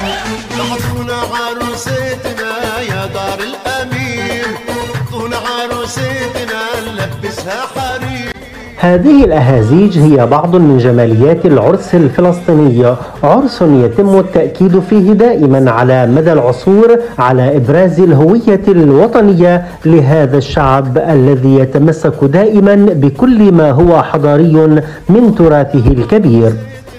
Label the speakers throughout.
Speaker 1: اعطونا عروستنا يا دار الأمير، اعطونا عروستنا نلبسها حرير.
Speaker 2: هذه الأهازيج هي بعض من جماليات العرس الفلسطيني، عرس يتم التأكيد فيه دائما على مدى العصور على إبراز الهوية الوطنية لهذا الشعب الذي يتمسك دائما بكل ما هو حضاري من تراثه الكبير.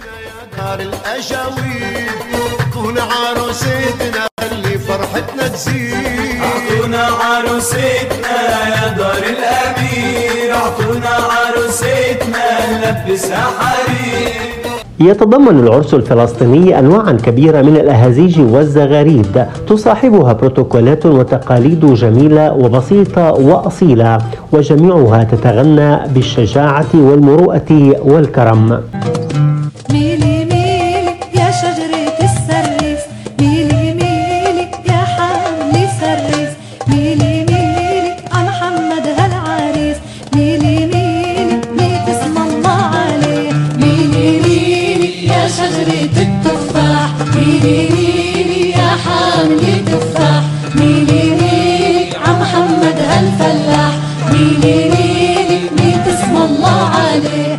Speaker 1: فرحتنا تزيد،
Speaker 3: اعطونا عروستنا يا دار الأمير، اعطونا عروستنا نلبسها حرير.
Speaker 2: يتضمن العرس الفلسطيني أنواعا كبيرة من الأهازيج والزغاريد تصاحبها بروتوكولات وتقاليد جميلة وبسيطة وأصيلة، وجميعها تتغنى بالشجاعة والمروءة والكرم.
Speaker 4: ميلي ميلي يا شجرة السريس، ميلي ميلي يا حاملي سريس، ميلي ميلي محمد هالعريس، ميلي ميلي ميت اسم الله عليه، ميلي ميلي يا شجرة التفاح، ميلي ميلي يا حاملي تفاح، ميلي ميلي محمد هالفلاح، ميلي ميلي ميت اسم الله عليه.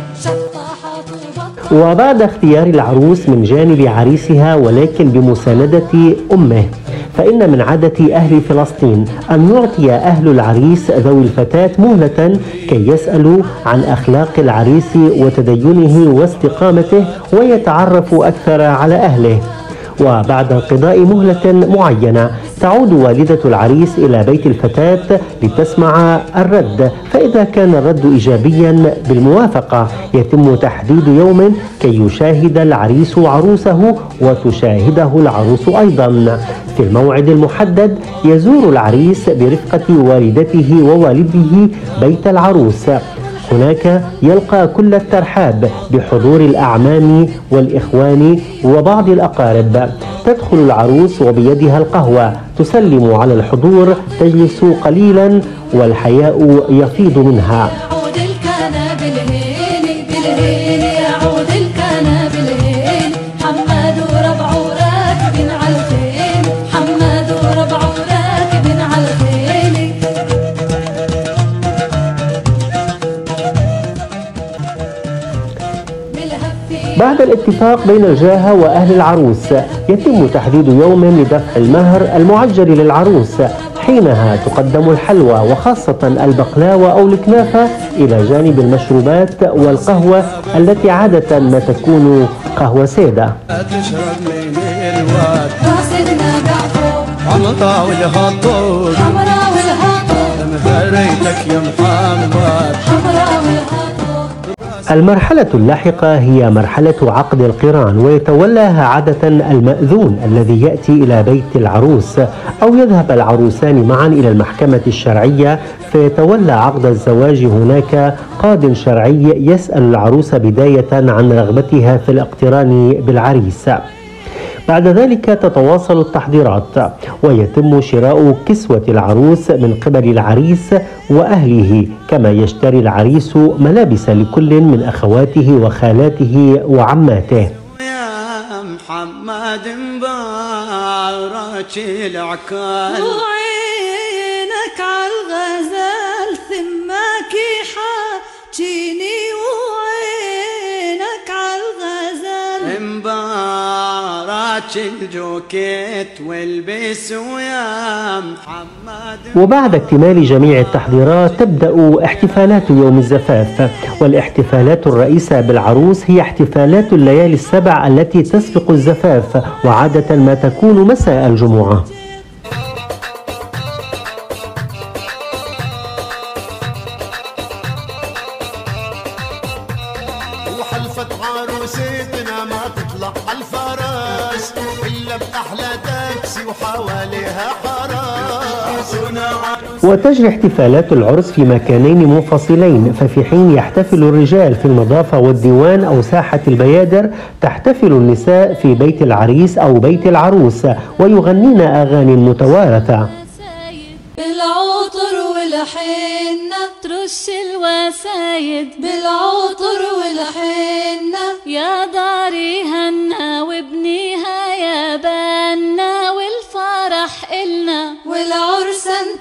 Speaker 2: وبعد اختيار العروس من جانب عريسها ولكن بمساندة أمه، فإن من عادة أهل فلسطين أن يعطي أهل العريس ذوي الفتاة مهلة كي يسألوا عن أخلاق العريس وتدينه واستقامته ويتعرفوا أكثر على أهله. وبعد انقضاء مهلة معينة تعود والدة العريس إلى بيت الفتاة لتسمع الرد، فإذا كان الرد إيجابيا بالموافقة يتم تحديد يوم كي يشاهد العريس عروسه وتشاهده العروس أيضا. في الموعد المحدد يزور العريس برفقة والدته ووالده بيت العروس. هناك يلقى كل الترحاب بحضور الأعمام والإخوان وبعض الأقارب. تدخل العروس وبيدها القهوة، تسلم على الحضور، تجلس قليلا والحياء يفيض منها. بعد الاتفاق بين الجاهة وأهل العروس يتم تحديد يوم لدفع المهر المعجل للعروس، حينها تقدم الحلوى وخاصة البقلاوة أو الكنافة إلى جانب المشروبات والقهوة التي عادة ما تكون قهوة سادة.
Speaker 1: تشرب من الواد حمرا والهطور، حمرا والهطور مهريتك يا محمد، حمرا والهطور.
Speaker 2: المرحلة اللاحقة هي مرحلة عقد القران، ويتولاها عادة المأذون الذي يأتي إلى بيت العروس، أو يذهب العروسان معا إلى المحكمة الشرعية فيتولى عقد الزواج هناك قاض شرعي يسأل العروس بداية عن رغبتها في الاقتران بالعريس. بعد ذلك تتواصل التحضيرات ويتم شراء كسوة العروس من قبل العريس وأهله، كما يشتري العريس ملابس لكل من أخواته وخالاته وعماته.
Speaker 1: يا محمد مبارك العكال،
Speaker 4: وعينك عالغزال ثمك حاجيني، وعينك عالغزال
Speaker 1: مبارك الجوكيت والبس ويا محمد.
Speaker 2: وبعد اكتمال جميع التحضيرات تبدأ احتفالات يوم الزفاف، والاحتفالات الرئيسة بالعروس هي احتفالات الليالي السبع التي تسبق الزفاف، وعادة ما تكون مساء الجمعة.
Speaker 1: وحلفت عروستنا ما تطلع الفرس إلا بأحلى تاكسي وحواليها حراس.
Speaker 2: وتجري احتفالات العرس في مكانين منفصلين، ففي حين يحتفل الرجال في النظافة والديوان أو ساحة البيادر، تحتفل النساء في بيت العريس أو بيت العروس ويغنين أغاني متوارثة.
Speaker 4: بالعطر والحنة ترش الوسايد، بالعطر والحنة يا داري هنا وابنيها يا باري.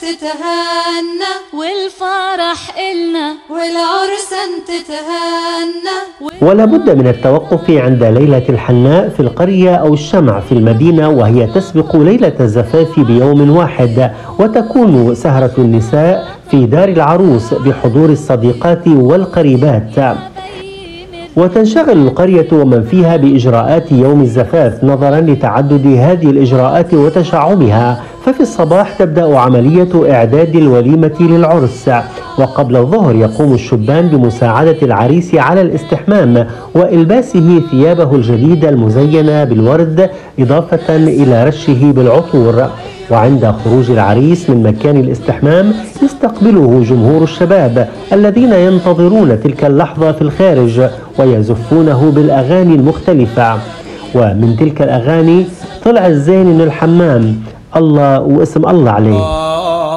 Speaker 4: تتهنى والفرح إلنا والعرسان تتهنى.
Speaker 2: ولا بد من التوقف عند ليلة الحناء في القرية أو الشمع في المدينة، وهي تسبق ليلة الزفاف بيوم واحد، وتكون سهرة النساء في دار العروس بحضور الصديقات والقريبات. وتنشغل القرية ومن فيها بإجراءات يوم الزفاف نظرا لتعدد هذه الإجراءات وتشعبها. ففي الصباح تبدأ عملية إعداد الوليمة للعرس، وقبل الظهر يقوم الشبان بمساعدة العريس على الاستحمام وإلباسه ثيابه الجديدة المزينة بالورد، إضافة إلى رشه بالعطور. وعند خروج العريس من مكان الاستحمام يستقبله جمهور الشباب الذين ينتظرون تلك اللحظة في الخارج ويزفونه بالأغاني المختلفة. ومن تلك الأغاني طلع الزين من الحمام، الله واسم الله عليه.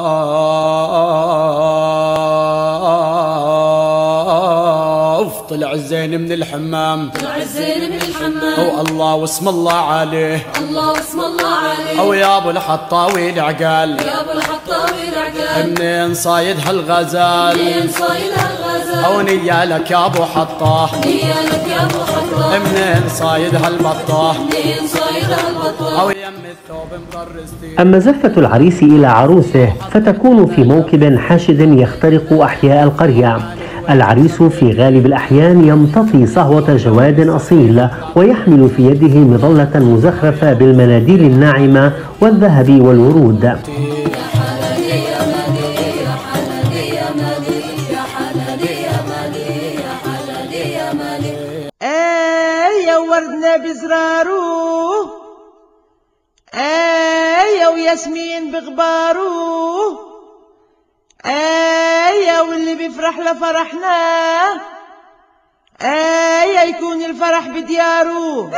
Speaker 5: طلع الزين من الحمام،
Speaker 4: طلع الزين من الحمام،
Speaker 5: أو الله واسم الله عليه،
Speaker 4: الله واسم الله عليه.
Speaker 5: أو يا أبو الحطاوي العقال،
Speaker 4: يا أبو الحطاوي العقال،
Speaker 5: منين صايد هالغزال،
Speaker 4: منين صايد هالغزال،
Speaker 5: أو نيالك يا أبو حطاه،
Speaker 4: نيالك يا أبو حطاه،
Speaker 5: منين صايد هالبطاه،
Speaker 4: منين صايد هالبطاه،
Speaker 5: أو يم الثوب مطرستي.
Speaker 2: أما زفة العريس إلى عروسه فتكون في موكب حاشد يخترق أحياء القرية. العريس في غالب الأحيان يمتطي صهوة جواد أصيل، ويحمل في يده مظلة مزخرفة بالمناديل الناعمة والذهب والورود.
Speaker 6: يا وردنا بزرارو، يا وياسمين بغبارو، يا واللي بيفرح لفرحنا، يا يكون الفرح بديارو.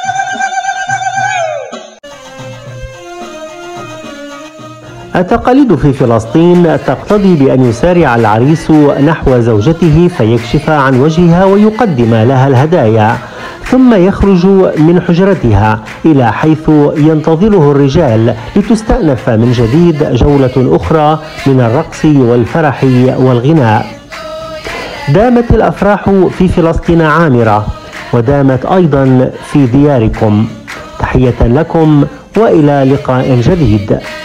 Speaker 2: التقاليد في فلسطين تقتضي بأن يسارع العريس نحو زوجته فيكشف عن وجهها ويقدم لها الهدايا، ثم يخرج من حجرتها إلى حيث ينتظره الرجال لتستأنف من جديد جولة أخرى من الرقص والفرح والغناء. دامت الأفراح في فلسطين عامرة، ودامت أيضا في دياركم. تحية لكم وإلى لقاء جديد.